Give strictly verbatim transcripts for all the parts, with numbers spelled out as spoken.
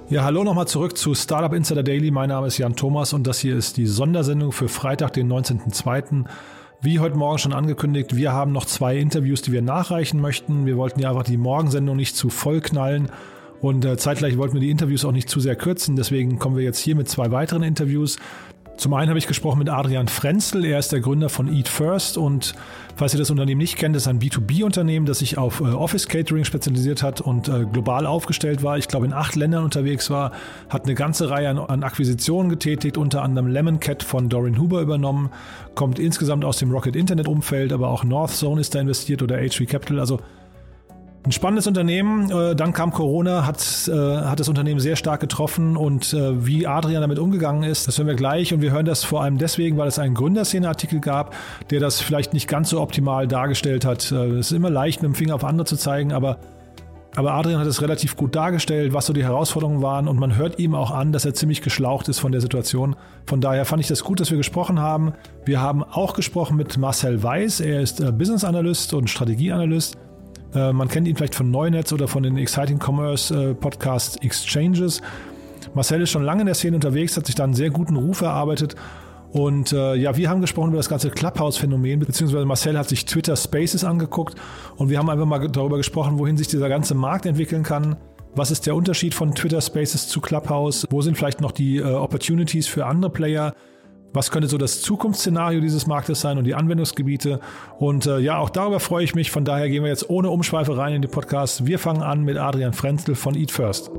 Ja, hallo nochmal zurück zu Startup Insider Daily. Mein Name ist Jan Thomas und das hier ist die Sondersendung für Freitag, den neunzehnten zweiten Wie heute Morgen schon angekündigt, wir haben noch zwei Interviews, die wir nachreichen möchten. Wir wollten ja einfach die Morgensendung nicht zu voll knallen und äh, zeitgleich wollten wir die Interviews auch nicht zu sehr kürzen. Deswegen kommen wir jetzt hier mit zwei weiteren Interviews. Zum einen habe ich gesprochen mit Adrian Frenzel, er ist der Gründer von Eat First und falls ihr das Unternehmen nicht kennt, ist ein B zwei B Unternehmen, das sich auf äh, Office Catering spezialisiert hat und äh, global aufgestellt war. Ich glaube in acht Ländern unterwegs war, hat eine ganze Reihe an, an Akquisitionen getätigt, unter anderem Lemon Cat von Doreen Huber übernommen, kommt insgesamt aus dem Rocket Internet Umfeld, aber auch North Zone ist da investiert oder H V Capital, also ein spannendes Unternehmen, dann kam Corona, hat, hat das Unternehmen sehr stark getroffen und wie Adrian damit umgegangen ist, das hören wir gleich und wir hören das vor allem deswegen, weil es einen Gründerszene-Artikel gab, der das vielleicht nicht ganz so optimal dargestellt hat. Es ist immer leicht, mit dem Finger auf andere zu zeigen, aber, aber Adrian hat es relativ gut dargestellt, was so die Herausforderungen waren und man hört ihm auch an, dass er ziemlich geschlaucht ist von der Situation. Von daher fand ich das gut, dass wir gesprochen haben. Wir haben auch gesprochen mit Marcel Weiß, er ist Business Analyst und Strategieanalyst. Man kennt ihn vielleicht von Neunetz oder von den Exciting Commerce Podcasts Exchanges. Marcel ist schon lange in der Szene unterwegs, hat sich da einen sehr guten Ruf erarbeitet. Und äh, ja, wir haben gesprochen über das ganze Clubhouse-Phänomen, beziehungsweise Marcel hat sich Twitter Spaces angeguckt und wir haben einfach mal darüber gesprochen, wohin sich dieser ganze Markt entwickeln kann. Was ist der Unterschied von Twitter Spaces zu Clubhouse? Wo sind vielleicht noch die äh, Opportunities für andere Player? Was könnte so das Zukunftsszenario dieses Marktes sein und die Anwendungsgebiete? Und äh, ja, auch darüber freue ich mich. Von daher gehen wir jetzt ohne Umschweife rein in den Podcast. Wir fangen an mit Adrian Frenzel von Eat First.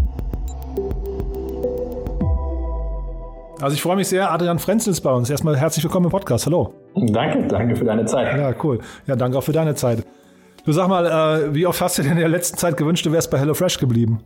Also ich freue mich sehr, Adrian Frenzel ist bei uns. Erstmal herzlich willkommen im Podcast. Hallo. Danke, danke für deine Zeit. Ja, cool. Ja, danke auch für deine Zeit. Du sag mal, äh, wie oft hast du denn in der letzten Zeit gewünscht, du wärst bei HelloFresh geblieben?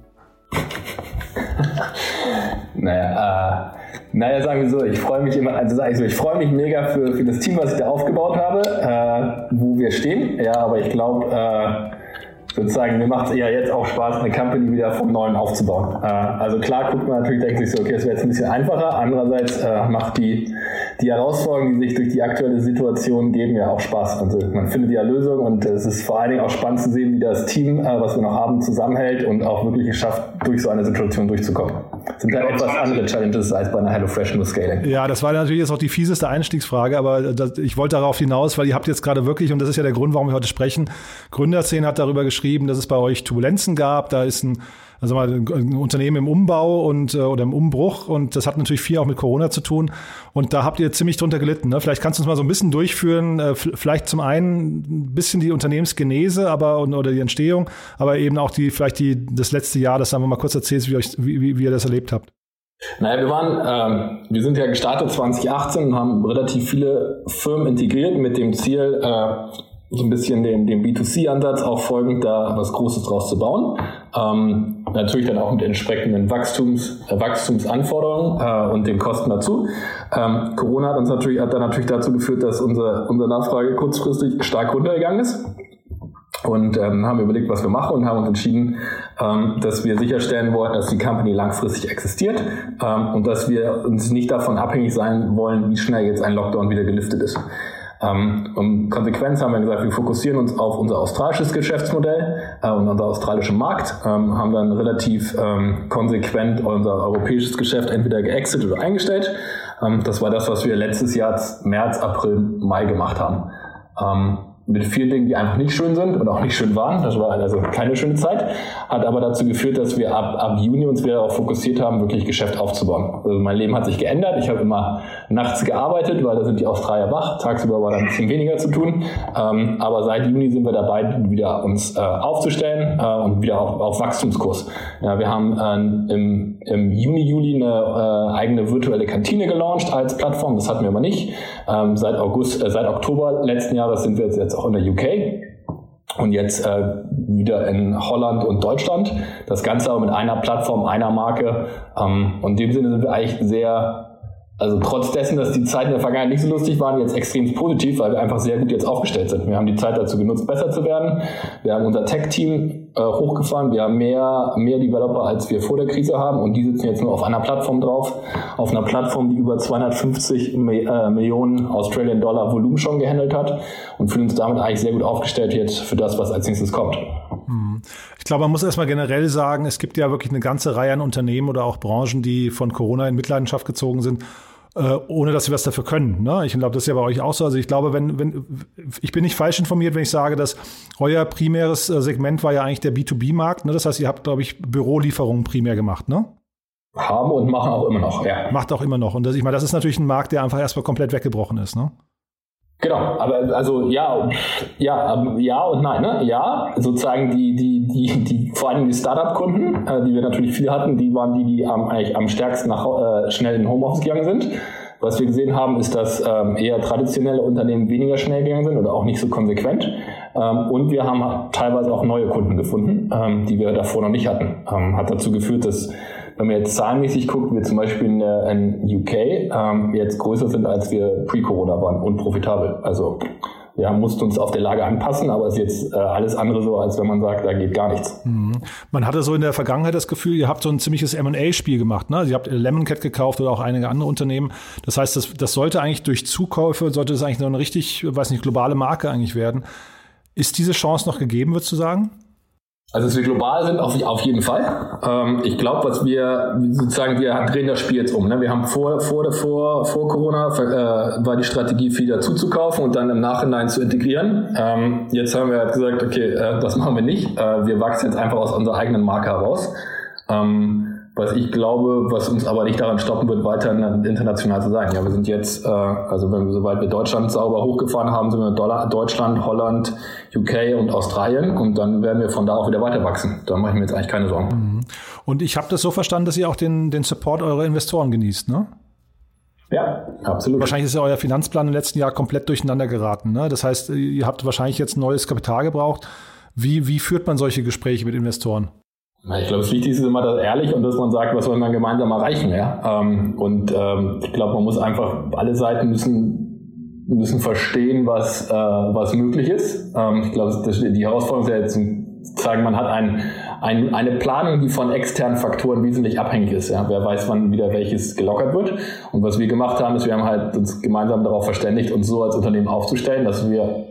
naja, äh, naja, sagen wir so, ich freue mich immer, also sag ich so, ich freue mich mega für, für das Team, was ich da aufgebaut habe, äh, wo wir stehen. Ja, aber ich glaube, äh, sozusagen, mir macht es eher jetzt auch Spaß, eine Company wieder vom Neuen aufzubauen. Äh, also klar guckt man natürlich, denkt sich so, okay, es wäre jetzt ein bisschen einfacher. Andererseits äh, macht die, die Herausforderungen, die sich durch die aktuelle Situation geben, ja auch Spaß. Also man findet ja Lösungen und es ist vor allen Dingen auch spannend zu sehen, wie das Team, äh, was wir noch haben, zusammenhält und auch wirklich geschafft, durch so eine Situation durchzukommen. Das sind halt etwas andere Challenges als bei einer HelloFresh nur Scaling. Ja, das war natürlich jetzt auch die fieseste Einstiegsfrage, aber das, ich wollte darauf hinaus, weil ihr habt jetzt gerade wirklich, und das ist ja der Grund, warum wir heute sprechen, Gründerszene hat darüber geschrieben, dass es bei euch Turbulenzen gab, da ist ein, also mal ein Unternehmen im Umbau und oder im Umbruch und das hat natürlich viel auch mit Corona zu tun und da habt ihr ziemlich drunter gelitten. Ne? Vielleicht kannst du uns mal so ein bisschen durchführen, äh, vielleicht zum einen ein bisschen die Unternehmensgenese, aber oder die Entstehung, aber eben auch die vielleicht die das letzte Jahr, dass du einfach mal kurz erzählst, wie, euch, wie, wie ihr das erlebt habt. Naja, wir waren, ähm, wir sind ja gestartet zwanzig achtzehn und haben relativ viele Firmen integriert mit dem Ziel, äh, so ein bisschen dem, dem B zwei C-Ansatz auch folgend, da was Großes draus zu bauen. Ähm, natürlich dann auch mit entsprechenden Wachstums, äh, Wachstumsanforderungen äh, und den Kosten dazu. Ähm, Corona hat uns natürlich, hat dann natürlich dazu geführt, dass unsere, unsere Nachfrage kurzfristig stark runtergegangen ist. Und ähm, haben überlegt, was wir machen und haben uns entschieden, ähm, dass wir sicherstellen wollen, dass die Company langfristig existiert ähm, und dass wir uns nicht davon abhängig sein wollen, wie schnell jetzt ein Lockdown wieder geliftet ist. Ähm, und Konsequenz haben wir gesagt, wir fokussieren uns auf unser australisches Geschäftsmodell äh, und unser australischen Markt, ähm, haben dann relativ ähm, konsequent unser europäisches Geschäft entweder geexitet oder eingestellt. Ähm, das war das, was wir letztes Jahr März, April, Mai gemacht haben. Ähm, mit vielen Dingen, die einfach nicht schön sind und auch nicht schön waren. Das war also keine schöne Zeit, hat aber dazu geführt, dass wir ab, ab Juni uns wieder darauf fokussiert haben, wirklich Geschäft aufzubauen. Also mein Leben hat sich geändert. Ich habe immer nachts gearbeitet, weil da sind die Australier wach. Tagsüber war da ein bisschen weniger zu tun. Ähm, aber seit Juni sind wir dabei, wieder uns äh, aufzustellen äh, und wieder auf, auf Wachstumskurs. Ja, wir haben äh, im, im Juni, Juli eine äh, eigene virtuelle Kantine gelauncht als Plattform. Das hatten wir aber nicht. Ähm, seit August, äh, seit Oktober letzten Jahres sind wir jetzt, jetzt auch in der U K und jetzt äh, wieder in Holland und Deutschland. Das Ganze aber mit einer Plattform, einer Marke. Ähm, und in dem Sinne sind wir eigentlich sehr, also trotz dessen, dass die Zeiten der Vergangenheit nicht so lustig waren, jetzt extrem positiv, weil wir einfach sehr gut jetzt aufgestellt sind. Wir haben die Zeit dazu genutzt, besser zu werden. Wir haben unser Tech-Team äh, hochgefahren. Wir haben mehr, mehr Developer, als wir vor der Krise haben, und die sitzen jetzt nur auf einer Plattform drauf, auf einer Plattform, die über zweihundertfünfzig Millionen Australian Dollar Volumen schon gehandelt hat, und fühlen uns damit eigentlich sehr gut aufgestellt jetzt für das, was als nächstes kommt. Ich glaube, man muss erstmal generell sagen, es gibt ja wirklich eine ganze Reihe an Unternehmen oder auch Branchen, die von Corona in Mitleidenschaft gezogen sind, ohne dass sie was dafür können. Ne? Ich glaube, das ist ja bei euch auch so. Also ich glaube, wenn, wenn ich bin nicht falsch informiert, wenn ich sage, dass euer primäres Segment war ja eigentlich der B zwei B Markt. Ne? Das heißt, ihr habt, glaube ich, Bürolieferungen primär gemacht, ne? Haben und machen auch immer noch, ja. Macht auch immer noch. Und das, ich meine, das ist natürlich ein Markt, der einfach erstmal komplett weggebrochen ist, ne? Genau, aber also ja, ja, ja und nein, ne? Ja, sozusagen die, die, die, die, vor allem die Startup-Kunden, äh, die wir natürlich viele hatten, die waren die, die am, eigentlich am stärksten nach, äh, schnell in Homeoffice gegangen sind. Was wir gesehen haben, ist, dass ähm, eher traditionelle Unternehmen weniger schnell gegangen sind oder auch nicht so konsequent. Ähm, und wir haben teilweise auch neue Kunden gefunden, ähm, die wir davor noch nicht hatten. Ähm, hat dazu geführt, dass, wenn man jetzt zahlenmäßig guckt, wir zum Beispiel in, in U K ähm, jetzt größer sind, als wir pre-Corona waren und profitabel. Also wir mussten uns auf der Lage anpassen, aber es ist jetzt äh, alles andere so, als wenn man sagt, da geht gar nichts. Mhm. Man hatte so in der Vergangenheit das Gefühl, ihr habt so ein ziemliches M und A-Spiel gemacht. Ne? Also ihr habt Lemoncat gekauft oder auch einige andere Unternehmen. Das heißt, das, das sollte eigentlich durch Zukäufe, sollte das eigentlich noch eine richtig, weiß nicht, globale Marke eigentlich werden. Ist diese Chance noch gegeben, würdest du sagen? Also, dass wir global sind, auf, auf jeden Fall. Ähm, ich glaube, was wir sozusagen, wir drehen das Spiel jetzt um. Ne? Wir haben vor, vor, vor, vor Corona äh, war die Strategie, viel dazu zu kaufen und dann im Nachhinein zu integrieren. Ähm, jetzt haben wir halt gesagt, okay, äh, das machen wir nicht. Äh, wir wachsen jetzt einfach aus unserer eigenen Marke heraus. Ähm, was ich glaube, was uns aber nicht daran stoppen wird, weiter international zu sein. Ja, wir sind jetzt, äh, also wenn wir, sobald wir Deutschland sauber hochgefahren haben, sind wir Dollar, Deutschland, Holland, U K und Australien, und dann werden wir von da auch wieder weiter wachsen. Da mache ich mir jetzt eigentlich keine Sorgen. Und ich habe das so verstanden, dass ihr auch den, den Support eurer Investoren genießt, ne? Ja, absolut. Wahrscheinlich ist ja euer Finanzplan im letzten Jahr komplett durcheinander geraten, ne? Das heißt, ihr habt wahrscheinlich jetzt neues Kapital gebraucht. Wie, wie führt man solche Gespräche mit Investoren? Ich glaube, das Wichtigste ist immer das ehrlich und dass man sagt, was wollen wir gemeinsam erreichen. Ja? Und ähm, ich glaube, man muss einfach, alle Seiten müssen müssen verstehen, was äh, was möglich ist. Ähm, ich glaube, das, die Herausforderung ist ja jetzt zu sagen, man hat ein, ein, eine Planung, die von externen Faktoren wesentlich abhängig ist. Ja? Wer weiß, wann wieder welches gelockert wird. Und was wir gemacht haben, ist, wir haben halt uns gemeinsam darauf verständigt, uns so als Unternehmen aufzustellen, dass wir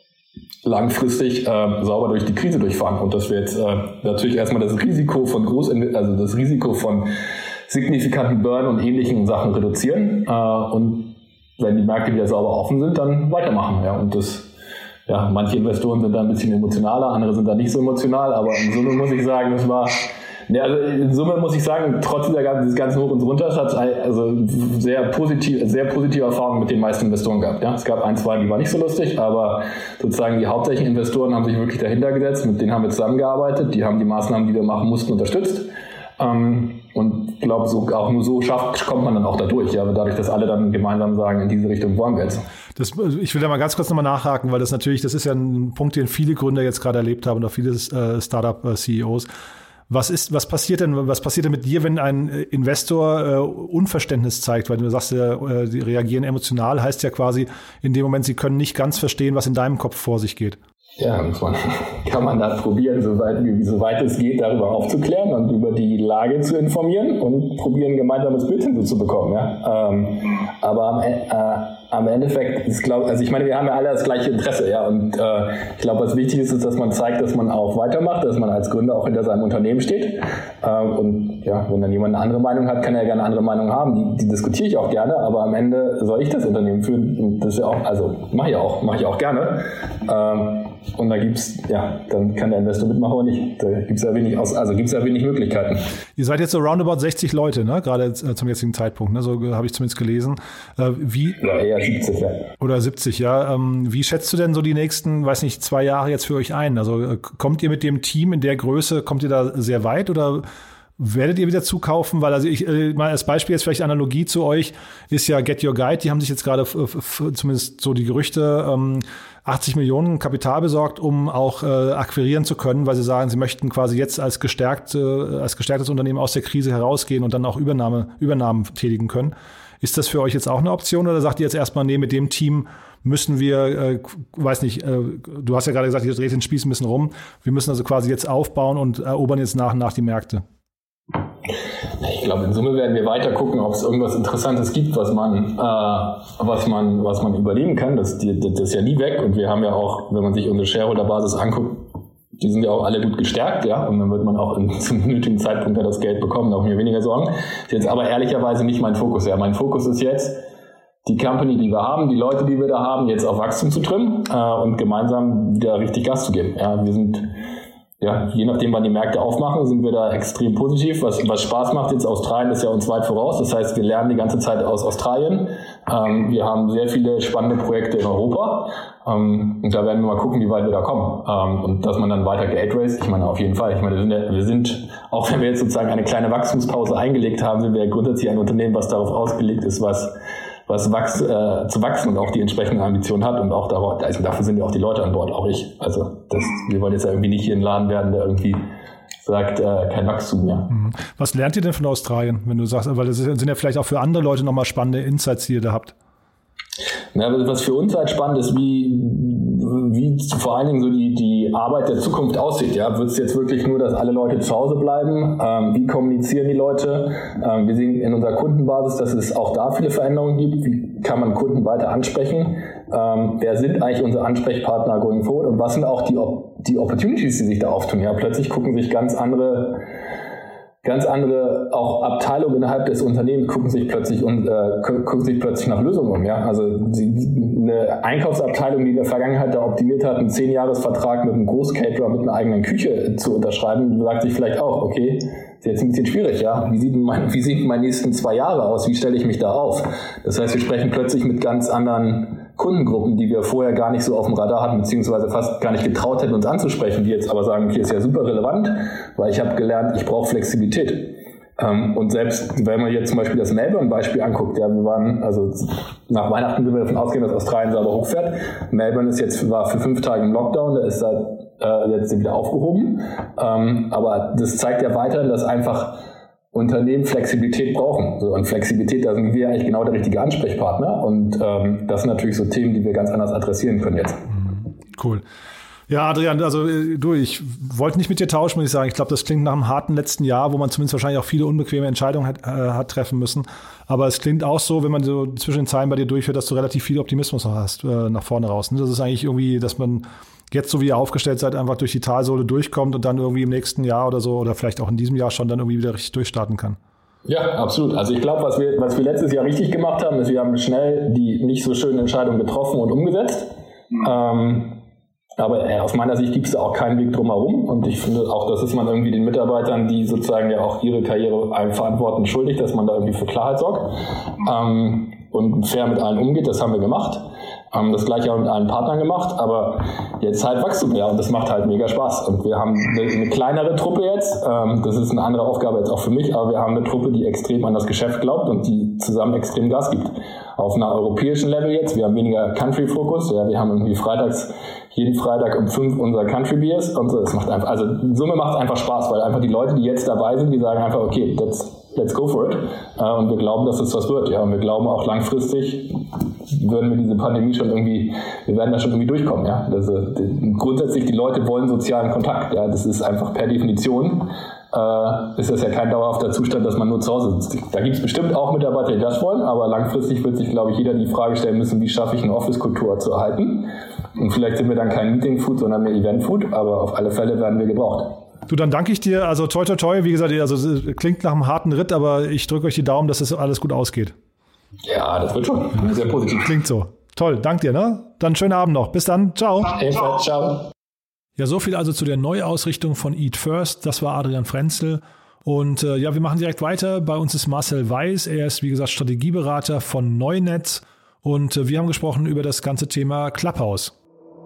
langfristig äh, sauber durch die Krise durchfahren, und dass wir jetzt äh, natürlich erstmal das Risiko von Groß, also das Risiko von signifikanten Burn und ähnlichen Sachen reduzieren, äh, und wenn die Märkte wieder sauber offen sind, dann weitermachen. Ja, und das, ja, manche Investoren sind da ein bisschen emotionaler, andere sind da nicht so emotional, aber in Summe muss ich sagen, das war Ja, also in Summe muss ich sagen, trotz dieser ganzen, dieses ganzen Hoch und Runter hat also sehr positiv, sehr positive Erfahrungen mit den meisten Investoren gehabt. Ja, es gab ein, zwei, die waren nicht so lustig, aber sozusagen die hauptsächlichen Investoren haben sich wirklich dahinter gesetzt, mit denen haben wir zusammengearbeitet, die haben die Maßnahmen, die wir machen mussten, unterstützt. Ähm, und ich glaube, so, auch nur so schafft, kommt man dann auch da durch, ja, dadurch, dass alle dann gemeinsam sagen, in diese Richtung wollen wir jetzt. Das, ich will da mal ganz kurz nochmal nachhaken, weil das natürlich, das ist ja ein Punkt, den viele Gründer jetzt gerade erlebt haben und auch viele äh, Startup-C E Os. Was ist, was passiert denn, was passiert denn mit dir, wenn ein Investor äh, Unverständnis zeigt? Weil du sagst, äh, sie reagieren emotional, heißt ja quasi, in dem Moment, sie können nicht ganz verstehen, was in deinem Kopf vor sich geht. Ja, muss man, kann man das probieren, soweit, soweit es geht, darüber aufzuklären und über die Lage zu informieren und probieren, ein gemeinsames Bild hinzubekommen. Ja? Ähm, aber am, äh, am Endeffekt ist, glaube also ich meine, wir haben ja alle das gleiche Interesse, ja, und äh, ich glaube, was wichtig ist, ist, dass man zeigt, dass man auch weitermacht, dass man als Gründer auch hinter seinem Unternehmen steht. Ähm, und ja, wenn dann jemand eine andere Meinung hat, kann er ja gerne eine andere Meinung haben. Die, die diskutiere ich auch gerne, aber am Ende soll ich das Unternehmen führen. Und das ist ja auch, also mache ich auch, mache ich auch gerne. Ähm, Und da gibt's, ja, dann kann der Investor mitmachen oder nicht. Da gibt's ja wenig aus, also gibt's ja wenig Möglichkeiten. Ihr seid jetzt so roundabout sechzig Leute, ne? Gerade zum jetzigen Zeitpunkt, ne? So habe ich zumindest gelesen. Äh, wie? Ja, eher siebzig, ja. Oder siebzig, ja. Ähm, wie schätzt du denn so die nächsten, weiß nicht, zwei Jahre jetzt für euch ein? Also äh, kommt ihr mit dem Team in der Größe, kommt ihr da sehr weit oder werdet ihr wieder zukaufen? Weil, also ich, äh, mal als Beispiel jetzt vielleicht Analogie zu euch, ist ja Get Your Guide, die haben sich jetzt gerade, f- f- zumindest so die Gerüchte, ähm, achtzig Millionen Kapital besorgt, um auch äh, akquirieren zu können, weil sie sagen, sie möchten quasi jetzt als gestärkt, äh, als gestärktes Unternehmen aus der Krise herausgehen und dann auch Übernahme, Übernahmen tätigen können. Ist das für euch jetzt auch eine Option oder sagt ihr jetzt erstmal, nee, mit dem Team müssen wir, äh, weiß nicht, äh, du hast ja gerade gesagt, ihr dreht den Spieß ein bisschen rum. Wir müssen also quasi jetzt aufbauen und erobern jetzt nach und nach die Märkte. Ich glaube, in Summe werden wir weiter gucken, ob es irgendwas Interessantes gibt, was man, äh, was man, was man übernehmen kann. Das, das, das ist ja nie weg. Und wir haben ja auch, wenn man sich unsere Shareholder-Basis anguckt, die sind ja auch alle gut gestärkt, ja. Und dann wird man auch in, zum nötigen Zeitpunkt ja das Geld bekommen, da auch mir weniger Sorgen. Das ist jetzt aber ehrlicherweise nicht mein Fokus. Ja, mein Fokus ist jetzt, die Company, die wir haben, die Leute, die wir da haben, jetzt auf Wachstum zu trimmen äh, und gemeinsam wieder richtig Gas zu geben. Ja, wir sind Ja, je nachdem, wann die Märkte aufmachen, sind wir da extrem positiv. Was, was Spaß macht jetzt, Australien ist ja uns weit voraus. Das heißt, wir lernen die ganze Zeit aus Australien. Ähm, wir haben sehr viele spannende Projekte in Europa. Ähm, und da werden wir mal gucken, wie weit wir da kommen. Ähm, und dass man dann weiter Geld raised, ich meine, auf jeden Fall. Ich meine, wir sind, ja, wir sind, auch wenn wir jetzt sozusagen eine kleine Wachstumspause eingelegt haben, sind wir ja grundsätzlich ein Unternehmen, was darauf ausgelegt ist, was was wachs, äh, zu wachsen und auch die entsprechenden Ambitionen hat und auch darauf, also dafür sind ja auch die Leute an Bord, auch ich. Also das, wir wollen jetzt ja irgendwie nicht hier ein Laden werden, der irgendwie sagt, äh, kein Wachstum mehr. Was lernt ihr denn von Australien, wenn du sagst, weil das sind ja vielleicht auch für andere Leute nochmal spannende Insights, die ihr da habt? Ja, was für uns halt spannend ist, wie, wie vor allen Dingen so die, die Arbeit der Zukunft aussieht. Ja, wird es jetzt wirklich nur, dass alle Leute zu Hause bleiben? Ähm, wie kommunizieren die Leute? Ähm, wir sehen in unserer Kundenbasis, dass es auch da viele Veränderungen gibt. Wie kann man Kunden weiter ansprechen? Ähm, wer sind eigentlich unsere Ansprechpartner going forward? Und was sind auch die, die Opportunities, die sich da auftun? Ja, plötzlich gucken sich ganz andere Ganz andere, auch Abteilungen innerhalb des Unternehmens gucken sich plötzlich und äh, gucken sich plötzlich nach Lösungen um. Ja, also die, eine Einkaufsabteilung, die in der Vergangenheit da optimiert hat, einen zehn-Jahres-Vertrag mit einem Großcaterer mit einer eigenen Küche zu unterschreiben, sagt sich vielleicht auch, okay, ist jetzt ein bisschen schwierig, ja. Wie sieht mein, wie sieht meine nächsten zwei Jahre aus? Wie stelle ich mich da auf? Das heißt, wir sprechen plötzlich mit ganz anderen Kundengruppen, die wir vorher gar nicht so auf dem Radar hatten, beziehungsweise fast gar nicht getraut hätten, uns anzusprechen, die jetzt aber sagen, okay, ist ja super relevant, weil ich habe gelernt, ich brauche Flexibilität. Ähm, und selbst, wenn man jetzt zum Beispiel das Melbourne-Beispiel anguckt, ja, wir waren, also nach Weihnachten sind wir davon ausgehen, dass Australien sauber hochfährt. Melbourne ist jetzt, war für fünf Tage im Lockdown, da ist da äh, jetzt wieder aufgehoben. Ähm, aber das zeigt ja weiter, dass einfach Unternehmen Flexibilität brauchen. So, und Flexibilität, da sind wir eigentlich genau der richtige Ansprechpartner. Und ähm, das sind natürlich so Themen, die wir ganz anders adressieren können jetzt. Cool. Ja, Adrian, also du, ich wollte nicht mit dir tauschen, muss ich sagen. Ich glaube, das klingt nach einem harten letzten Jahr, wo man zumindest wahrscheinlich auch viele unbequeme Entscheidungen hat, äh, hat treffen müssen. Aber es klingt auch so, wenn man so zwischen den Zeilen bei dir durchhört, dass du relativ viel Optimismus noch hast, äh, nach vorne raus. Das ist eigentlich irgendwie, dass man jetzt, so wie ihr aufgestellt seid, einfach durch die Talsohle durchkommt und dann irgendwie im nächsten Jahr oder so oder vielleicht auch in diesem Jahr schon dann irgendwie wieder richtig durchstarten kann. Ja, absolut. Also ich glaube, was wir, was wir letztes Jahr richtig gemacht haben, ist, wir haben schnell die nicht so schönen Entscheidungen getroffen und umgesetzt. Mhm. Ähm, aber äh, aus meiner Sicht gibt es da auch keinen Weg drum herum. Und ich finde auch, das ist man irgendwie den Mitarbeitern, die sozusagen ja auch ihre Karriere verantworten, schuldig, dass man da irgendwie für Klarheit sorgt ähm, und fair mit allen umgeht. Das haben wir gemacht. Haben das gleiche auch mit allen Partnern gemacht, aber jetzt halt Wachstum, ja, und das macht halt mega Spaß. Und wir haben eine, eine kleinere Truppe jetzt, ähm, das ist eine andere Aufgabe jetzt auch für mich, aber wir haben eine Truppe, die extrem an das Geschäft glaubt und die zusammen extrem Gas gibt. Auf einer europäischen Level jetzt, wir haben weniger Country-Fokus, ja, wir haben irgendwie freitags, jeden Freitag um fünf unser Country Beers und so, das macht einfach, also in Summe macht es einfach Spaß, weil einfach die Leute, die jetzt dabei sind, die sagen einfach, okay, that's Let's go for it. Uh, und wir glauben, dass es was wird. Ja, und wir glauben auch langfristig würden wir diese Pandemie schon irgendwie, wir werden da schon irgendwie durchkommen. Ja, also, die, grundsätzlich die Leute wollen sozialen Kontakt. Ja, das ist einfach per Definition uh, ist das ja kein dauerhafter Zustand, dass man nur zu Hause sitzt. Da gibt es bestimmt auch Mitarbeiter, die das wollen, aber langfristig wird sich, glaube ich, jeder die Frage stellen müssen, wie schaffe ich eine Office-Kultur zu erhalten? Und vielleicht sind wir dann kein Meeting-Food, sondern mehr Event-Food, aber auf alle Fälle werden wir gebraucht. Du, dann danke ich dir. Also toi, toi, toi. Wie gesagt, also klingt nach einem harten Ritt, aber ich drücke euch die Daumen, dass es das alles gut ausgeht. Ja, das wird schon. Sehr positiv. Klingt so. Toll, danke dir, ne? Dann schönen Abend noch. Bis dann. Ciao. Ebenfalls, ciao. Ja, so viel also zu der Neuausrichtung von Eat First. Das war Adrian Frenzel. Und äh, ja, wir machen direkt weiter. Bei uns ist Marcel Weiß. Er ist, wie gesagt, Strategieberater von Neunetz. Und äh, wir haben gesprochen über das ganze Thema Clubhouse.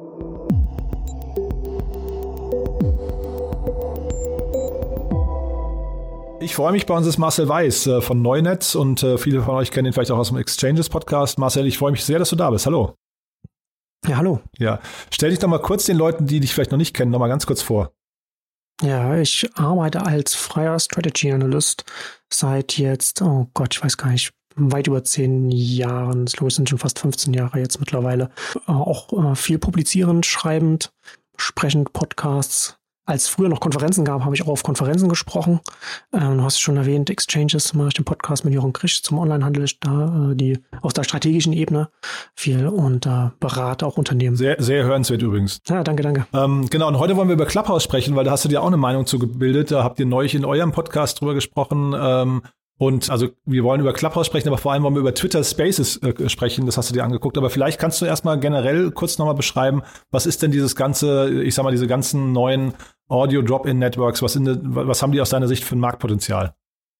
Ich freue mich, bei uns ist Marcel Weiß äh, von Neunetz und äh, viele von euch kennen ihn vielleicht auch aus dem Exchanges-Podcast. Marcel, ich freue mich sehr, dass du da bist. Hallo. Ja, hallo. Ja, stell dich doch mal kurz den Leuten, die dich vielleicht noch nicht kennen, noch mal ganz kurz vor. Ja, ich arbeite als freier Strategy Analyst seit jetzt, oh Gott, ich weiß gar nicht, weit über zehn Jahren, ich glaube, es sind schon fast fünfzehn Jahre jetzt mittlerweile, äh, auch äh, viel publizierend, schreibend, sprechend, Podcasts. Als früher noch Konferenzen gab, habe ich auch auf Konferenzen gesprochen. Ähm, du hast es schon erwähnt, Exchanges, mache ich den Podcast mit Jochen Krisch zum Onlinehandel, da äh, die aus der strategischen Ebene viel und äh, berate auch Unternehmen. Sehr, sehr hörenswert übrigens. Ja, danke, danke. Ähm, genau, und heute wollen wir über Clubhouse sprechen, weil da hast du dir auch eine Meinung zu gebildet. Da habt ihr neulich in eurem Podcast drüber gesprochen. Ähm, und also wir wollen über Clubhouse sprechen, aber vor allem wollen wir über Twitter Spaces äh, sprechen. Das hast du dir angeguckt. Aber vielleicht kannst du erstmal generell kurz nochmal beschreiben, was ist denn dieses ganze, ich sag mal, diese ganzen neuen Audio-Drop-In-Networks, was, was haben die aus deiner Sicht für ein Marktpotenzial?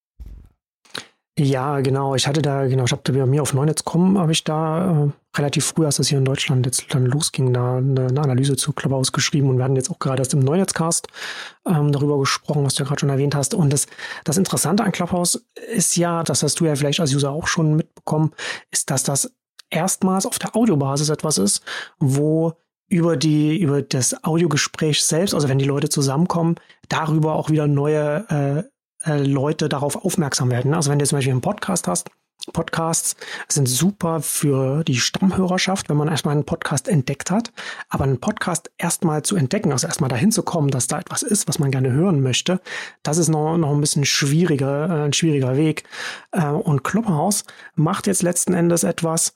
Ja, genau. Ich hatte da, genau, ich habe da bei mir auf Neunetz Punkt com, habe ich da äh, relativ früh, als das hier in Deutschland jetzt dann losging, da eine, eine Analyse zu Clubhouse geschrieben und wir hatten jetzt auch gerade erst im Neunetzcast ähm, darüber gesprochen, was du ja gerade schon erwähnt hast. Und das, das Interessante an Clubhouse ist ja, das hast du ja vielleicht als User auch schon mitbekommen, ist, dass das erstmals auf der Audiobasis etwas ist, wo über die, über das Audiogespräch selbst, also wenn die Leute zusammenkommen, darüber auch wieder neue äh, äh, Leute darauf aufmerksam werden. Also wenn du zum Beispiel einen Podcast hast, Podcasts sind super für die Stammhörerschaft, wenn man erstmal einen Podcast entdeckt hat. Aber einen Podcast erstmal zu entdecken, also erstmal dahin zu kommen, dass da etwas ist, was man gerne hören möchte, das ist noch, noch ein bisschen schwieriger, äh, ein schwieriger Weg. Äh, und Clubhouse macht jetzt letzten Endes etwas,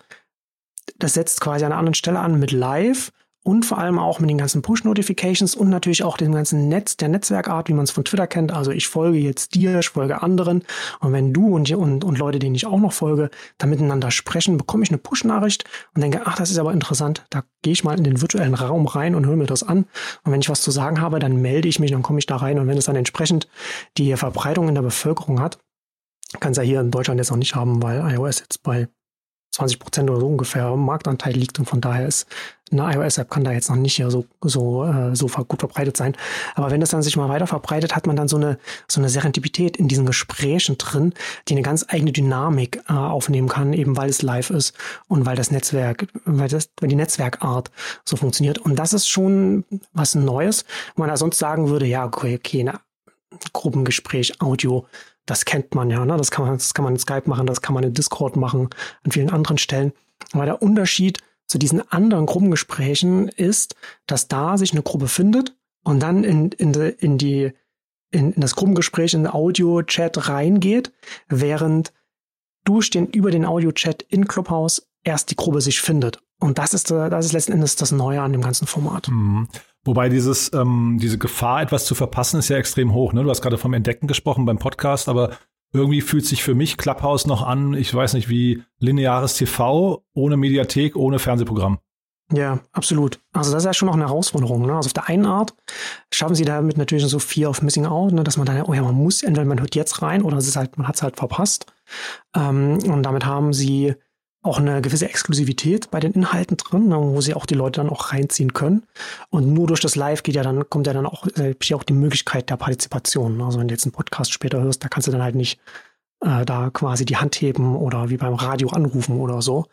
das setzt quasi an einer anderen Stelle an mit Live. Und vor allem auch mit den ganzen Push-Notifications und natürlich auch dem ganzen Netz, der Netzwerkart, wie man es von Twitter kennt. Also ich folge jetzt dir, ich folge anderen. Und wenn du und, und, und Leute, denen ich auch noch folge, da miteinander sprechen, bekomme ich eine Push-Nachricht und denke, ach, das ist aber interessant. Da gehe ich mal in den virtuellen Raum rein und höre mir das an. Und wenn ich was zu sagen habe, dann melde ich mich, dann komme ich da rein. Und wenn es dann entsprechend die Verbreitung in der Bevölkerung hat, kann es ja hier in Deutschland jetzt noch nicht haben, weil iOS jetzt bei zwanzig Prozent oder so ungefähr Marktanteil liegt und von daher ist eine iOS-App kann da jetzt noch nicht so so äh, so gut verbreitet sein. Aber wenn das dann sich mal weiter verbreitet, hat man dann so eine so eine Serendipität in diesen Gesprächen drin, die eine ganz eigene Dynamik äh, aufnehmen kann, eben weil es live ist und weil das Netzwerk, weil das, weil die Netzwerkart so funktioniert. Und das ist schon was Neues, wo man da sonst sagen würde, ja okay, okay, na, Gruppengespräch, Audio. Das kennt man ja, ne? Das kann man, das kann man in Skype machen, das kann man in Discord machen, an vielen anderen Stellen. Aber der Unterschied zu diesen anderen Gruppengesprächen ist, dass da sich eine Gruppe findet und dann in, in, die, in, die, in, in das Gruppengespräch, in den Audio-Chat reingeht, während durch den, über den Audio-Chat in Clubhouse erst die Gruppe sich findet. Und das ist, das ist letzten Endes das Neue an dem ganzen Format. Mhm. Wobei dieses, ähm, diese Gefahr, etwas zu verpassen, ist ja extrem hoch. Ne? Du hast gerade vom Entdecken gesprochen beim Podcast, aber irgendwie fühlt sich für mich Clubhouse noch an, ich weiß nicht, wie lineares T V, ohne Mediathek, ohne Fernsehprogramm. Ja, absolut. Also das ist ja schon noch eine Herausforderung. Ne? Also auf der einen Art schaffen sie damit natürlich so Fear of Missing Out, ne? Dass man dann, oh ja, man muss, entweder man hört jetzt rein oder es ist halt, man hat es halt verpasst. Ähm, und damit haben sie auch eine gewisse Exklusivität bei den Inhalten drin, ne, wo sie auch die Leute dann auch reinziehen können. Und nur durch das Live geht ja dann, kommt ja dann auch, äh, auch die Möglichkeit der Partizipation. Also wenn du jetzt einen Podcast später hörst, da kannst du dann halt nicht äh, da quasi die Hand heben oder wie beim Radio anrufen oder so.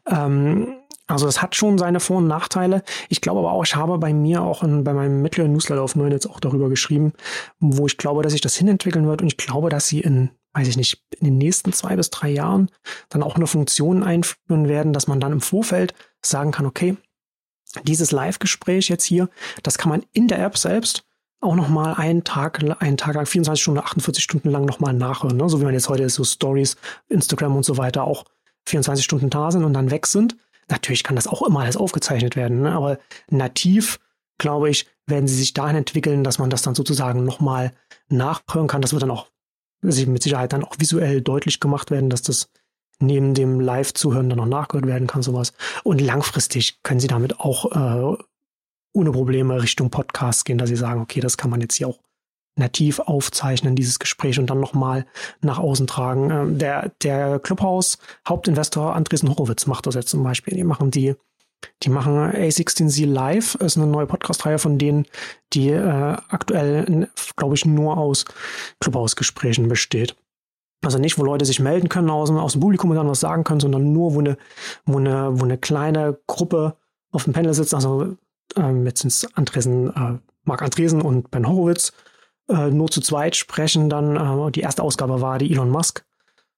Ähm, also das hat schon seine Vor- und Nachteile. Ich glaube aber auch, ich habe bei mir auch in, bei meinem mittleren Newsletter auf Neunetz auch darüber geschrieben, wo ich glaube, dass sich das hinentwickeln wird. Und ich glaube, dass sie in weiß ich nicht, in den nächsten zwei bis drei Jahren dann auch eine Funktion einführen werden, dass man dann im Vorfeld sagen kann, okay, dieses Live-Gespräch jetzt hier, das kann man in der App selbst auch nochmal einen Tag, einen Tag lang, vierundzwanzig Stunden, achtundvierzig Stunden lang nochmal nachhören. Ne? So wie man jetzt heute so Stories, Instagram und so weiter auch vierundzwanzig Stunden da sind und dann weg sind. Natürlich kann das auch immer alles aufgezeichnet werden, ne? Aber nativ, glaube ich, werden sie sich dahin entwickeln, dass man das dann sozusagen nochmal nachhören kann. Das wird dann auch mit Sicherheit dann auch visuell deutlich gemacht werden, dass das neben dem Live-Zuhören dann noch nachgehört werden kann, sowas. Und langfristig können sie damit auch äh, ohne Probleme Richtung Podcast gehen, dass sie sagen, okay, das kann man jetzt hier auch nativ aufzeichnen, dieses Gespräch und dann nochmal nach außen tragen. Ähm, der der Clubhouse-Hauptinvestor Andreessen Horowitz macht das jetzt zum Beispiel. Die machen die Die machen A sechzehn Z Live, ist eine neue Podcast-Reihe von denen, die äh, aktuell, glaube ich, nur aus Clubhouse-Gesprächen besteht. Also nicht, wo Leute sich melden können aus, aus dem Publikum und dann was sagen können, sondern nur, wo eine, wo eine, wo eine kleine Gruppe auf dem Panel sitzt. Also ähm, jetzt sind es Andreessen, äh, Marc Andreessen und Ben Horowitz, äh, nur zu zweit sprechen. Dann äh, die erste Ausgabe war die Elon Musk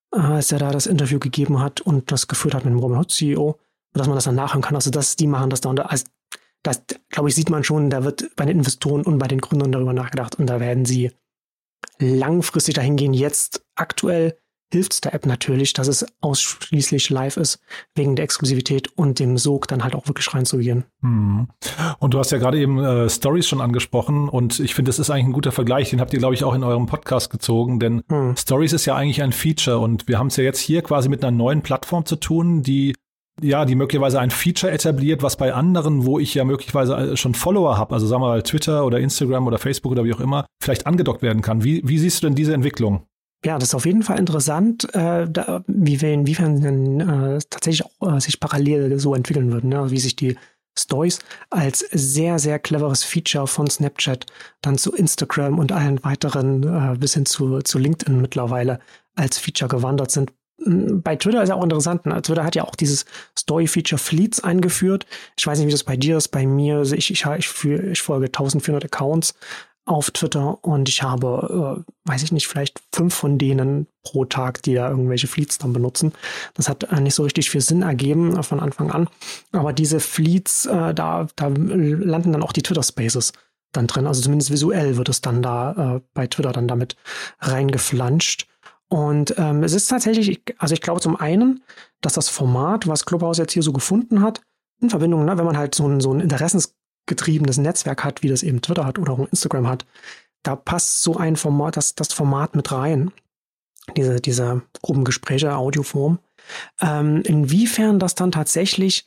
als der da das Interview gegeben hat und das geführt hat mit dem Robinhood C E O, dass man das dann nachhören kann. Also das, die machen das da. Und also das, glaube ich, sieht man schon, da wird bei den Investoren und bei den Gründern darüber nachgedacht und da werden sie langfristig dahin gehen. Jetzt aktuell hilft es der App natürlich, dass es ausschließlich live ist, wegen der Exklusivität und dem Sog dann halt auch wirklich reinzugehen. Hm. Und du hast ja gerade eben äh, Stories schon angesprochen und ich finde, das ist eigentlich ein guter Vergleich, den habt ihr, glaube ich, auch in eurem Podcast gezogen, denn hm. Stories ist ja eigentlich ein Feature und wir haben es ja jetzt hier quasi mit einer neuen Plattform zu tun, die ja, die möglicherweise ein Feature etabliert, was bei anderen, wo ich ja möglicherweise schon Follower habe, also sagen wir mal Twitter oder Instagram oder Facebook oder wie auch immer, vielleicht angedockt werden kann. Wie, wie siehst du denn diese Entwicklung? Ja, das ist auf jeden Fall interessant, äh, da, wie wir inwiefern dann äh, tatsächlich auch äh, sich parallel so entwickeln würden, ne? Wie sich die Stories als sehr, sehr cleveres Feature von Snapchat dann zu Instagram und allen weiteren äh, bis hin zu, zu LinkedIn mittlerweile als Feature gewandert sind. Bei Twitter ist ja auch interessant, ne? Twitter hat ja auch dieses Story-Feature Fleets eingeführt. Ich weiß nicht, wie das bei dir ist. Bei mir, also ich, ich, ich, ich folge eintausendvierhundert Accounts auf Twitter und ich habe, äh, weiß ich nicht, vielleicht fünf von denen pro Tag, die da irgendwelche Fleets dann benutzen. Das hat äh, nicht so richtig viel Sinn ergeben äh, von Anfang an. Aber diese Fleets, äh, da, da landen dann auch die Twitter-Spaces dann drin. Also zumindest visuell wird es dann da äh, bei Twitter dann damit reingeflanscht. Und ähm, es ist tatsächlich, also ich glaube zum einen, dass das Format, was Clubhouse jetzt hier so gefunden hat, in Verbindung, ne, wenn man halt so ein, so ein interessensgetriebenes Netzwerk hat, wie das eben Twitter hat oder auch Instagram hat, da passt so ein Format, das, das Format mit rein, diese, diese Gruppengespräche, Audioform. Ähm, inwiefern das dann tatsächlich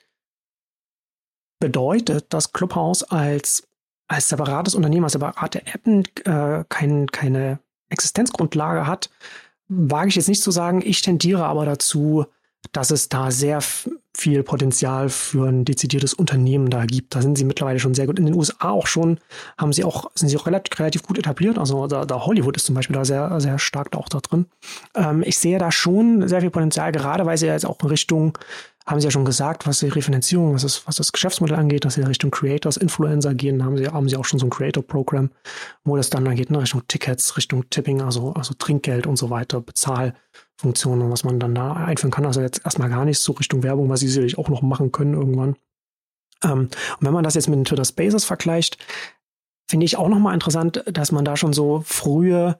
bedeutet, dass Clubhouse als, als separates Unternehmen, als separate App äh, kein, keine Existenzgrundlage hat, wage ich jetzt nicht zu sagen. Ich tendiere aber dazu, dass es da sehr f- viel Potenzial für ein dezidiertes Unternehmen da gibt. Da sind sie mittlerweile schon sehr gut. In den U S A auch schon, haben sie auch, sind sie auch relativ, relativ gut etabliert. Also da, da Hollywood ist zum Beispiel da sehr, sehr stark da auch da drin. Ähm, ich sehe da schon sehr viel Potenzial, gerade weil sie ja jetzt auch in Richtung, haben sie ja schon gesagt, was die Refinanzierung, was das, was das Geschäftsmodell angeht, dass sie in Richtung Creators, Influencer gehen, haben sie, haben sie auch schon so ein Creator-Programm, wo das dann geht, in Richtung Tickets, Richtung Tipping, also, also Trinkgeld und so weiter, Bezahlfunktionen, was man dann da einführen kann. Also jetzt erstmal gar nicht so Richtung Werbung, was sie sicherlich auch noch machen können irgendwann. Ähm, und wenn man das jetzt mit den Twitter Spaces vergleicht, finde ich auch nochmal interessant, dass man da schon so frühe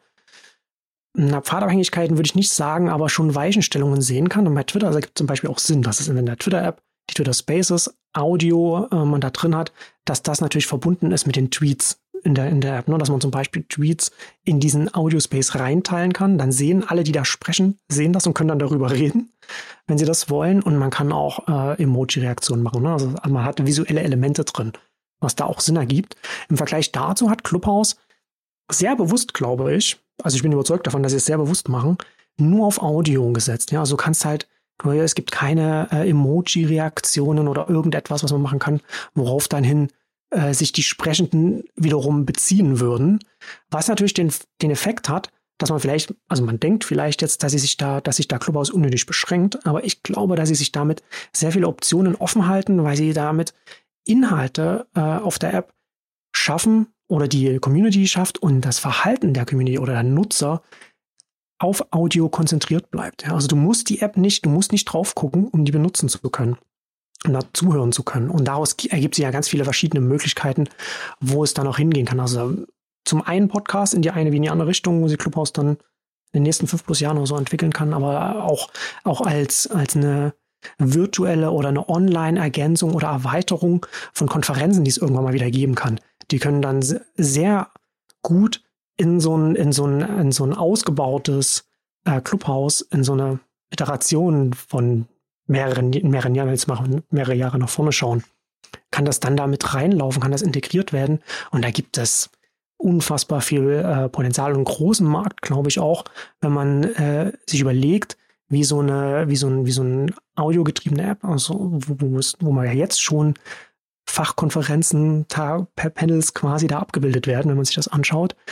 Na, Pfadabhängigkeiten würde ich nicht sagen, aber schon Weichenstellungen sehen kann. Und bei Twitter also gibt es zum Beispiel auch Sinn, dass es in der Twitter-App, die Twitter Spaces, Audio äh, man da drin hat, dass das natürlich verbunden ist mit den Tweets in der, in der App. Ne? Dass man zum Beispiel Tweets in diesen Audio-Space reinteilen kann. Dann sehen alle, die da sprechen, sehen das und können dann darüber reden, wenn sie das wollen. Und man kann auch äh, Emoji-Reaktionen machen. Ne? Also man hat visuelle Elemente drin, was da auch Sinn ergibt. Im Vergleich dazu hat Clubhouse sehr bewusst, glaube ich, also ich bin überzeugt davon, dass sie es sehr bewusst machen, nur auf Audio gesetzt. Ja, also du kannst halt, es gibt keine äh, Emoji-Reaktionen oder irgendetwas, was man machen kann, worauf dann hin äh, sich die Sprechenden wiederum beziehen würden. Was natürlich den, den Effekt hat, dass man vielleicht, also man denkt vielleicht jetzt, dass sie sich da, dass sich da Clubhouse unnötig beschränkt, aber ich glaube, dass sie sich damit sehr viele Optionen offen halten, weil sie damit Inhalte äh, auf der App schaffen, oder die Community schafft und das Verhalten der Community oder der Nutzer auf Audio konzentriert bleibt. Ja, also du musst die App nicht, du musst nicht drauf gucken, um die benutzen zu können, um da zuhören zu können. Und daraus ergibt sich ja ganz viele verschiedene Möglichkeiten, wo es dann auch hingehen kann. Also zum einen Podcast in die eine wie in die andere Richtung, wo sie Clubhouse dann in den nächsten fünf plus Jahren oder so entwickeln kann, aber auch, auch als, als eine virtuelle oder eine Online-Ergänzung oder Erweiterung von Konferenzen, die es irgendwann mal wieder geben kann. Die können dann sehr gut in so ein, in so ein, in so ein ausgebautes äh, Clubhouse, in so eine Iteration von mehreren, mehreren Jahren, jetzt machen, mehrere Jahre nach vorne schauen, kann das dann da mit reinlaufen, kann das integriert werden. Und da gibt es unfassbar viel äh, Potenzial und einen großen Markt, glaube ich auch, wenn man äh, sich überlegt, wie so eine, wie so ein, wie so ein audiogetriebene App, also wo, wo, es, wo man ja jetzt schon Fachkonferenzen, per Panels quasi da abgebildet werden, wenn man sich das anschaut.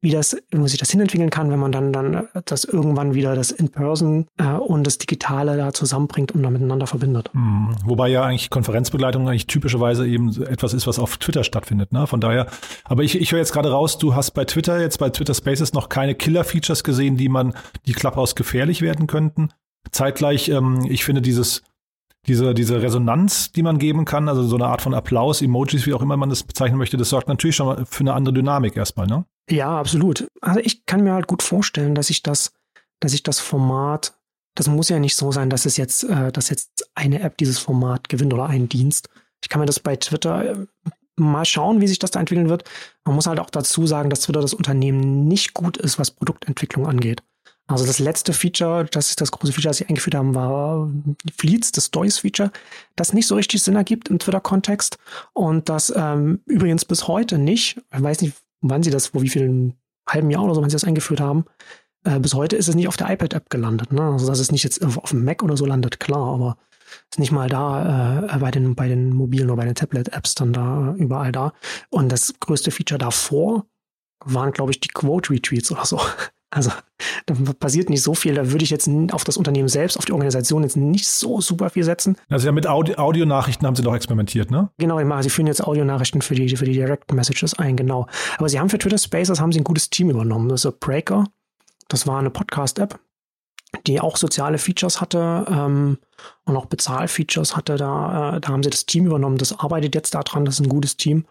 wie das, wo sich das hinentwickeln kann, wenn man dann, dann das irgendwann wieder das In-Person äh, und das Digitale da zusammenbringt und dann miteinander verbindet. Mhm. Wobei ja eigentlich Konferenzbegleitung eigentlich typischerweise eben etwas ist, was auf Twitter stattfindet, ne? Von daher, aber ich, ich höre jetzt gerade raus, du hast bei Twitter jetzt bei Twitter Spaces noch keine Killer-Features gesehen, die man, die Clubhouse gefährlich werden könnten. Zeitgleich, ähm, ich finde dieses Diese, diese Resonanz, die man geben kann, also so eine Art von Applaus, Emojis, wie auch immer man das bezeichnen möchte, das sorgt natürlich schon mal für eine andere Dynamik erstmal, ne? Ja, absolut. Also ich kann mir halt gut vorstellen, dass ich das, dass ich das Format, das muss ja nicht so sein, dass es jetzt, äh, dass jetzt eine App dieses Format gewinnt oder ein Dienst. Ich kann mir das bei Twitter äh, mal schauen, wie sich das da entwickeln wird. Man muss halt auch dazu sagen, dass Twitter das Unternehmen nicht gut ist, was Produktentwicklung angeht. Also das letzte Feature, das ist das große Feature, das sie eingeführt haben, war Fleets, das Stories-Feature, das nicht so richtig Sinn ergibt im Twitter-Kontext und das ähm, übrigens bis heute nicht, ich weiß nicht, wann sie das, vor wie vielen halben Jahr oder so, wann sie das eingeführt haben, äh, bis heute ist es nicht auf der iPad-App gelandet. Ne? Also dass es nicht jetzt auf, auf dem Mac oder so landet, klar, aber ist nicht mal da äh, bei den bei den mobilen oder bei den Tablet-Apps dann da äh, überall da. Und das größte Feature davor waren, glaube ich, die Quote-Retweets oder so. Also da passiert nicht so viel, da würde ich jetzt auf das Unternehmen selbst, auf die Organisation jetzt nicht so super viel setzen. Also ja, mit Audi- Audionachrichten haben sie doch experimentiert, ne? Genau, sie führen jetzt Audionachrichten für die, für die Direct Messages ein, genau. Aber sie haben für Twitter Spaces haben sie ein gutes Team übernommen. Das ist Breaker, das war eine Podcast-App, die auch soziale Features hatte ähm, und auch Bezahlfeatures hatte. Da, äh, da haben sie das Team übernommen, das arbeitet jetzt daran, das ist ein gutes Team.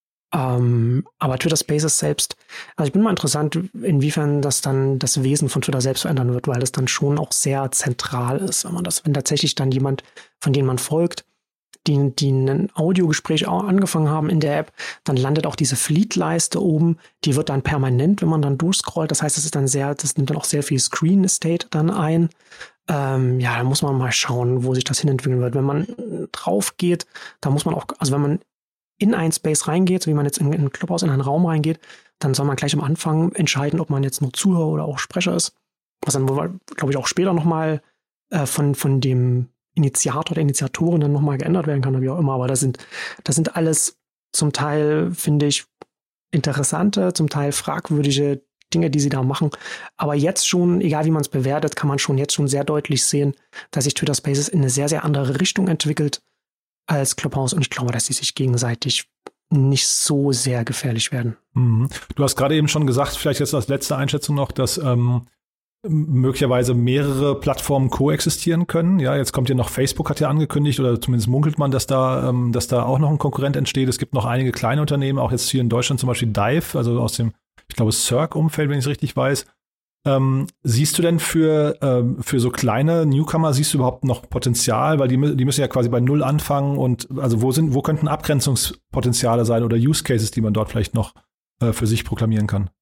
Ähm, aber Twitter Spaces selbst, also ich bin mal interessant, inwiefern das dann das Wesen von Twitter selbst verändern wird, weil das dann schon auch sehr zentral ist, wenn man das, wenn tatsächlich dann jemand, von dem man folgt, die, die ein Audiogespräch auch angefangen haben in der App, dann landet auch diese Fleet-Leiste oben, die wird dann permanent, wenn man dann durchscrollt, das heißt, das ist dann sehr, das nimmt dann auch sehr viel Screen Estate dann ein. Ähm, ja, da muss man mal schauen, wo sich das hinentwickeln wird. Wenn man drauf geht, da muss man auch, also wenn man in ein Space reingeht, so wie man jetzt in, in ein Clubhouse in einen Raum reingeht, dann soll man gleich am Anfang entscheiden, ob man jetzt nur Zuhörer oder auch Sprecher ist. Was dann, glaube ich, auch später nochmal äh, von, von dem Initiator oder Initiatorin dann nochmal geändert werden kann oder wie auch immer. Aber das sind, das sind alles zum Teil, finde ich, interessante, zum Teil fragwürdige Dinge, die sie da machen. Aber jetzt schon, egal wie man es bewertet, kann man schon jetzt schon sehr deutlich sehen, dass sich Twitter Spaces in eine sehr, sehr andere Richtung entwickelt als Clubhouse und ich glaube, dass sie sich gegenseitig nicht so sehr gefährlich werden. Mhm. Du hast gerade eben schon gesagt, vielleicht jetzt als letzte Einschätzung noch, dass ähm, möglicherweise mehrere Plattformen koexistieren können. Ja, jetzt kommt ja noch Facebook, hat ja angekündigt, oder zumindest munkelt man, dass da, ähm, dass da auch noch ein Konkurrent entsteht. Es gibt noch einige kleine Unternehmen, auch jetzt hier in Deutschland zum Beispiel Dive, also aus dem, ich glaube, Cirque-Umfeld, wenn ich es richtig weiß. Ähm, siehst du denn für, ähm, für so kleine Newcomer, siehst du überhaupt noch Potenzial? Weil die, die müssen ja quasi bei Null anfangen und also wo sind, wo könnten Abgrenzungspotenziale sein oder Use Cases, die man dort vielleicht noch äh, für sich proklamieren kann?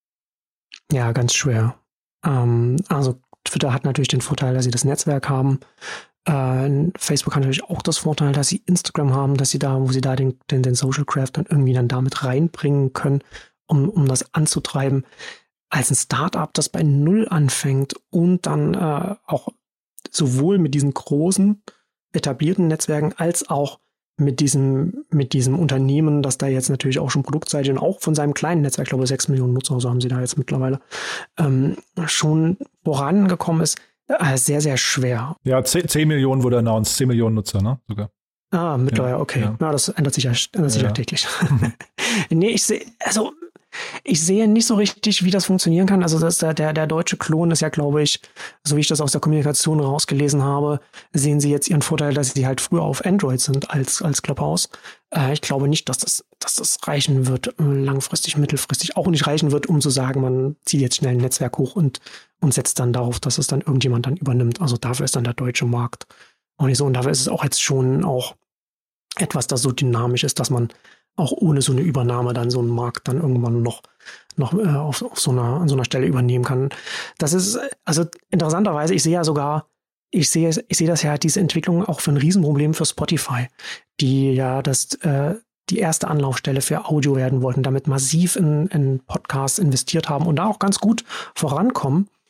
Ja, ganz schwer. Ähm, also Twitter hat natürlich den Vorteil, dass sie das Netzwerk haben. Äh, Facebook hat natürlich auch das Vorteil, dass sie Instagram haben, dass sie da, wo sie da den, den, den Social Craft dann irgendwie dann damit reinbringen können, um, um das anzutreiben. Als ein Startup, das bei Null anfängt und dann äh, auch sowohl mit diesen großen etablierten Netzwerken als auch mit diesem, mit diesem Unternehmen, das da jetzt natürlich auch schon produktseitig und auch von seinem kleinen Netzwerk, ich glaube sechs Millionen Nutzer, so haben sie da jetzt mittlerweile, ähm, schon vorangekommen ist, äh, sehr, sehr schwer. Ja, zehn Millionen wurde announced, zehn Millionen Nutzer, ne? Sogar. Ah, mittlerweile, okay. Ja. ja, das ändert sich ja, ändert sich ja. ja täglich. Nee, ich sehe, also ich sehe nicht so richtig, wie das funktionieren kann. Also das, der, der deutsche Klon ist ja, glaube ich, so wie ich das aus der Kommunikation rausgelesen habe, sehen sie jetzt ihren Vorteil, dass sie halt früher auf Android sind als, als Clubhouse. Äh, ich glaube nicht, dass das, dass das reichen wird, langfristig, mittelfristig auch nicht reichen wird, um zu sagen, man zieht jetzt schnell ein Netzwerk hoch und, und setzt dann darauf, dass es dann irgendjemand dann übernimmt. Also dafür ist dann der deutsche Markt auch nicht so. Und dafür ist es auch jetzt schon auch etwas, das so dynamisch ist, dass man auch ohne so eine Übernahme dann so einen Markt dann irgendwann noch, noch äh, auf, auf so einer, an so einer Stelle übernehmen kann. Das ist, also interessanterweise, ich sehe ja sogar, ich sehe, ich sehe das ja, diese Entwicklung auch für ein Riesenproblem für Spotify, die ja das, äh, die erste Anlaufstelle für Audio werden wollten, damit massiv in, in Podcasts investiert haben und da auch ganz gut vorankommen.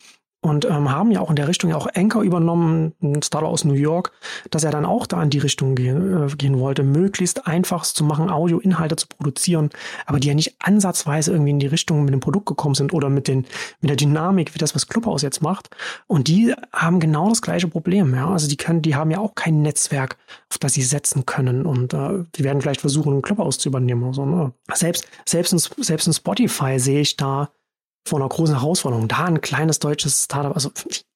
und ähm, haben ja auch in der Richtung ja auch Anchor übernommen, ein Startup aus New York, dass er dann auch da in die Richtung gehen, äh, gehen wollte, möglichst einfach zu machen, Audioinhalte zu produzieren, aber die ja nicht ansatzweise irgendwie in die Richtung mit dem Produkt gekommen sind oder mit, den, mit der Dynamik, wie das, was Clubhouse jetzt macht. Und die haben genau das gleiche Problem. Ja? Also die können, die haben ja auch kein Netzwerk, auf das sie setzen können. Und äh, die werden vielleicht versuchen, ein Clubhouse zu übernehmen oder so. Ne? Selbst, selbst, in, selbst in Spotify sehe ich da vor einer großen Herausforderung. Da ein kleines deutsches Startup, also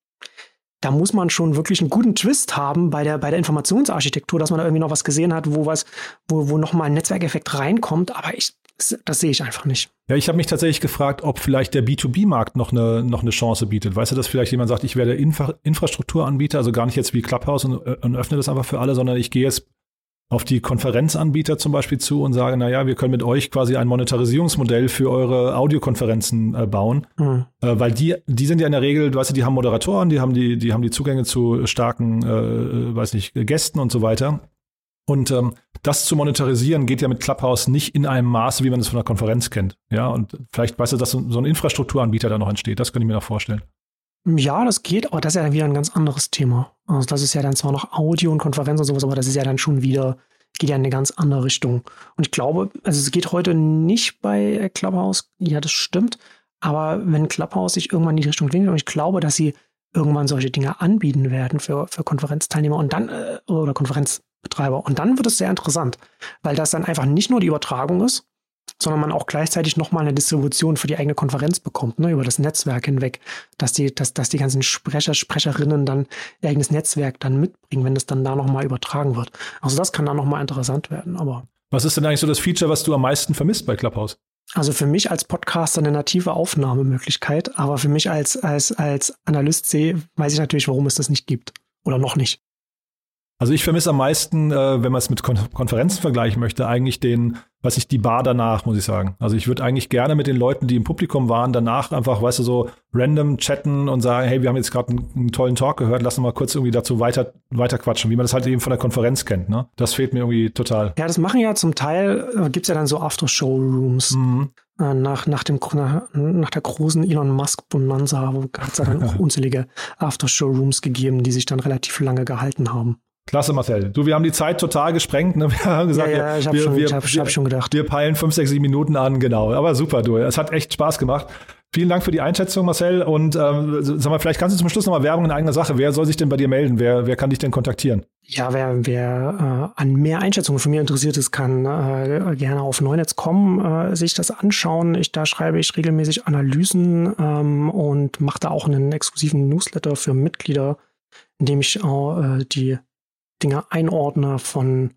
da muss man schon wirklich einen guten Twist haben bei der, bei der Informationsarchitektur, dass man da irgendwie noch was gesehen hat, wo was, wo, wo nochmal ein Netzwerkeffekt reinkommt, aber ich, das sehe ich einfach nicht. Ja, ich habe mich tatsächlich gefragt, ob vielleicht der B zwei B-Markt noch eine, noch eine Chance bietet. Weißt du, dass vielleicht jemand sagt, ich werde Infra- Infrastrukturanbieter, also gar nicht jetzt wie Clubhouse und, und öffne das einfach für alle, sondern ich gehe jetzt auf die Konferenzanbieter zum Beispiel zu und sage, naja, wir können mit euch quasi ein Monetarisierungsmodell für eure Audiokonferenzen äh, bauen. Mhm. Äh, weil die, die sind ja in der Regel, weißt du, die haben Moderatoren, die haben die, die haben die Zugänge zu starken, äh, weiß nicht, Gästen und so weiter. Und ähm, das zu monetarisieren geht ja mit Clubhouse nicht in einem Maße, wie man es von einer Konferenz kennt. Ja, und vielleicht, weißt du, dass so ein Infrastrukturanbieter da noch entsteht. Das könnte ich mir noch vorstellen. Ja, das geht, aber das ist ja dann wieder ein ganz anderes Thema. Also das ist ja dann zwar noch Audio und Konferenz und sowas, aber das ist ja dann schon wieder, geht ja in eine ganz andere Richtung. Und ich glaube, also es geht heute nicht bei Clubhouse, ja, das stimmt, aber wenn Clubhouse sich irgendwann in die Richtung winkt, und ich glaube, dass sie irgendwann solche Dinge anbieten werden für, für Konferenzteilnehmer und dann, äh, oder Konferenzbetreiber. Und dann wird es sehr interessant, weil das dann einfach nicht nur die Übertragung ist, sondern man auch gleichzeitig nochmal eine Distribution für die eigene Konferenz bekommt, ne, über das Netzwerk hinweg, dass die, dass, dass die ganzen Sprecher, Sprecherinnen dann ihr eigenes Netzwerk dann mitbringen, wenn es dann da nochmal übertragen wird. Also das kann dann nochmal interessant werden. Aber was ist denn eigentlich so das Feature, was du am meisten vermisst bei Clubhouse? Also für mich als Podcaster eine native Aufnahmemöglichkeit, aber für mich als, als, als Analyst sehe, weiß ich natürlich, warum es das nicht gibt. Oder noch nicht. Also ich vermisse am meisten, äh, wenn man es mit Kon- Konferenzen vergleichen möchte, eigentlich den, was ich, die Bar danach, muss ich sagen. Also ich würde eigentlich gerne mit den Leuten, die im Publikum waren, danach einfach, weißt du, so random chatten und sagen, hey, wir haben jetzt gerade einen, einen tollen Talk gehört, lass uns mal kurz irgendwie dazu weiter, weiter quatschen, wie man das halt eben von der Konferenz kennt, ne? Das fehlt mir irgendwie total. Ja, das machen ja zum Teil, äh, gibt es ja dann so After-Show-Rooms. Mhm. Äh, nach, nach, dem, nach, nach der großen Elon Musk-Bonanza hat es ja dann auch unzählige After-Show-Rooms gegeben, die sich dann relativ lange gehalten haben. Klasse, Marcel. Du, wir haben die Zeit total gesprengt. Ne? Wir haben gesagt, ja, ja, ich habe schon, hab, hab schon gedacht. Wir peilen fünf, sechs, sieben Minuten an, genau. Aber super, du. Es hat echt Spaß gemacht. Vielen Dank für die Einschätzung, Marcel. Und ähm, sag mal, vielleicht kannst du zum Schluss nochmal Werbung in eigener Sache. Wer soll sich denn bei dir melden? Wer, wer kann dich denn kontaktieren? Ja, wer, wer äh, an mehr Einschätzungen von mir interessiert ist, kann äh, gerne auf Neunetz Punkt com äh, sich das anschauen. Ich, da schreibe ich regelmäßig Analysen ähm, und mache da auch einen exklusiven Newsletter für Mitglieder, in dem ich auch äh, die Dinge einordne von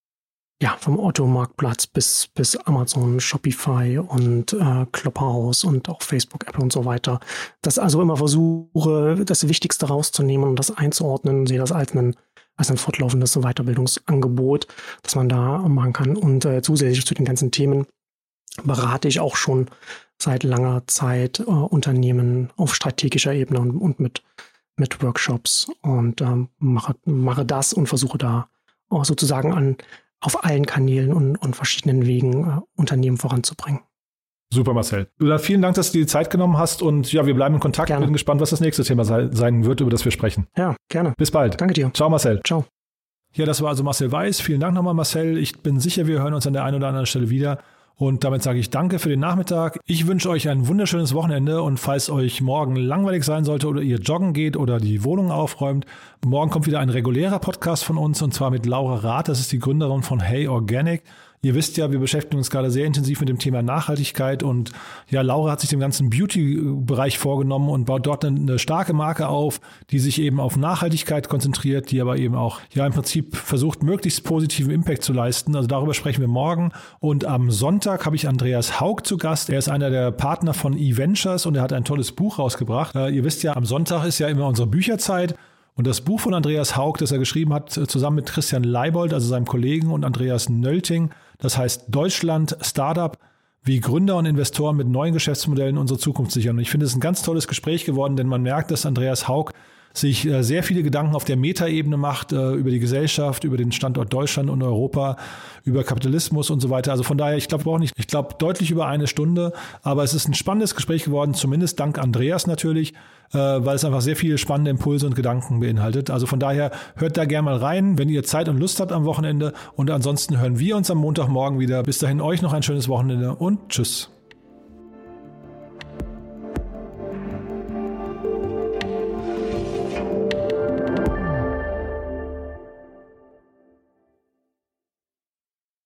ja vom Otto-Marktplatz bis bis Amazon, Shopify und äh, Clubhouse und auch Facebook, Apple und so weiter. Das also immer versuche, das Wichtigste rauszunehmen und das einzuordnen und sehe das als ein als ein fortlaufendes Weiterbildungsangebot, das man da machen kann. Und äh, zusätzlich zu den ganzen Themen berate ich auch schon seit langer Zeit äh, Unternehmen auf strategischer Ebene und, und mit mit Workshops und ähm, mache, mache das und versuche da auch sozusagen an auf allen Kanälen und, und verschiedenen Wegen äh, Unternehmen voranzubringen. Super, Marcel. Vielen Dank, dass du dir die Zeit genommen hast und ja, wir bleiben in Kontakt. Gerne. Bin gespannt, was das nächste Thema sei, sein wird, über das wir sprechen. Ja, gerne. Bis bald. Danke dir. Ciao, Marcel. Ciao. Ja, das war also Marcel Weiß. Vielen Dank nochmal, Marcel. Ich bin sicher, wir hören uns an der einen oder anderen Stelle wieder. Und damit sage ich danke für den Nachmittag. Ich wünsche euch ein wunderschönes Wochenende und falls euch morgen langweilig sein sollte oder ihr joggen geht oder die Wohnung aufräumt, morgen kommt wieder ein regulärer Podcast von uns und zwar mit Laura Rath. Das ist die Gründerin von Hey Organic. Ihr wisst ja, wir beschäftigen uns gerade sehr intensiv mit dem Thema Nachhaltigkeit und ja, Laura hat sich dem ganzen Beauty-Bereich vorgenommen und baut dort eine, eine starke Marke auf, die sich eben auf Nachhaltigkeit konzentriert, die aber eben auch ja im Prinzip versucht, möglichst positiven Impact zu leisten. Also darüber sprechen wir morgen und am Sonntag habe ich Andreas Haug zu Gast. Er ist einer der Partner von eVentures und er hat ein tolles Buch rausgebracht. Äh, ihr wisst ja, am Sonntag ist ja immer unsere Bücherzeit. Und das Buch von Andreas Haug, das er geschrieben hat, zusammen mit Christian Leibold, also seinem Kollegen, und Andreas Nölting, das heißt Deutschland Startup, wie Gründer und Investoren mit neuen Geschäftsmodellen unsere Zukunft sichern. Und ich finde, es ist ein ganz tolles Gespräch geworden, denn man merkt, dass Andreas Haug sich äh, sehr viele Gedanken auf der Metaebene macht, äh, über die Gesellschaft, über den Standort Deutschland und Europa, über Kapitalismus und so weiter. Also von daher, ich glaube auch nicht, ich glaube deutlich über eine Stunde, aber es ist ein spannendes Gespräch geworden, zumindest dank Andreas natürlich, äh, weil es einfach sehr viele spannende Impulse und Gedanken beinhaltet. Also von daher, hört da gerne mal rein, wenn ihr Zeit und Lust habt am Wochenende, und ansonsten hören wir uns am Montagmorgen wieder. Bis dahin euch noch ein schönes Wochenende und tschüss.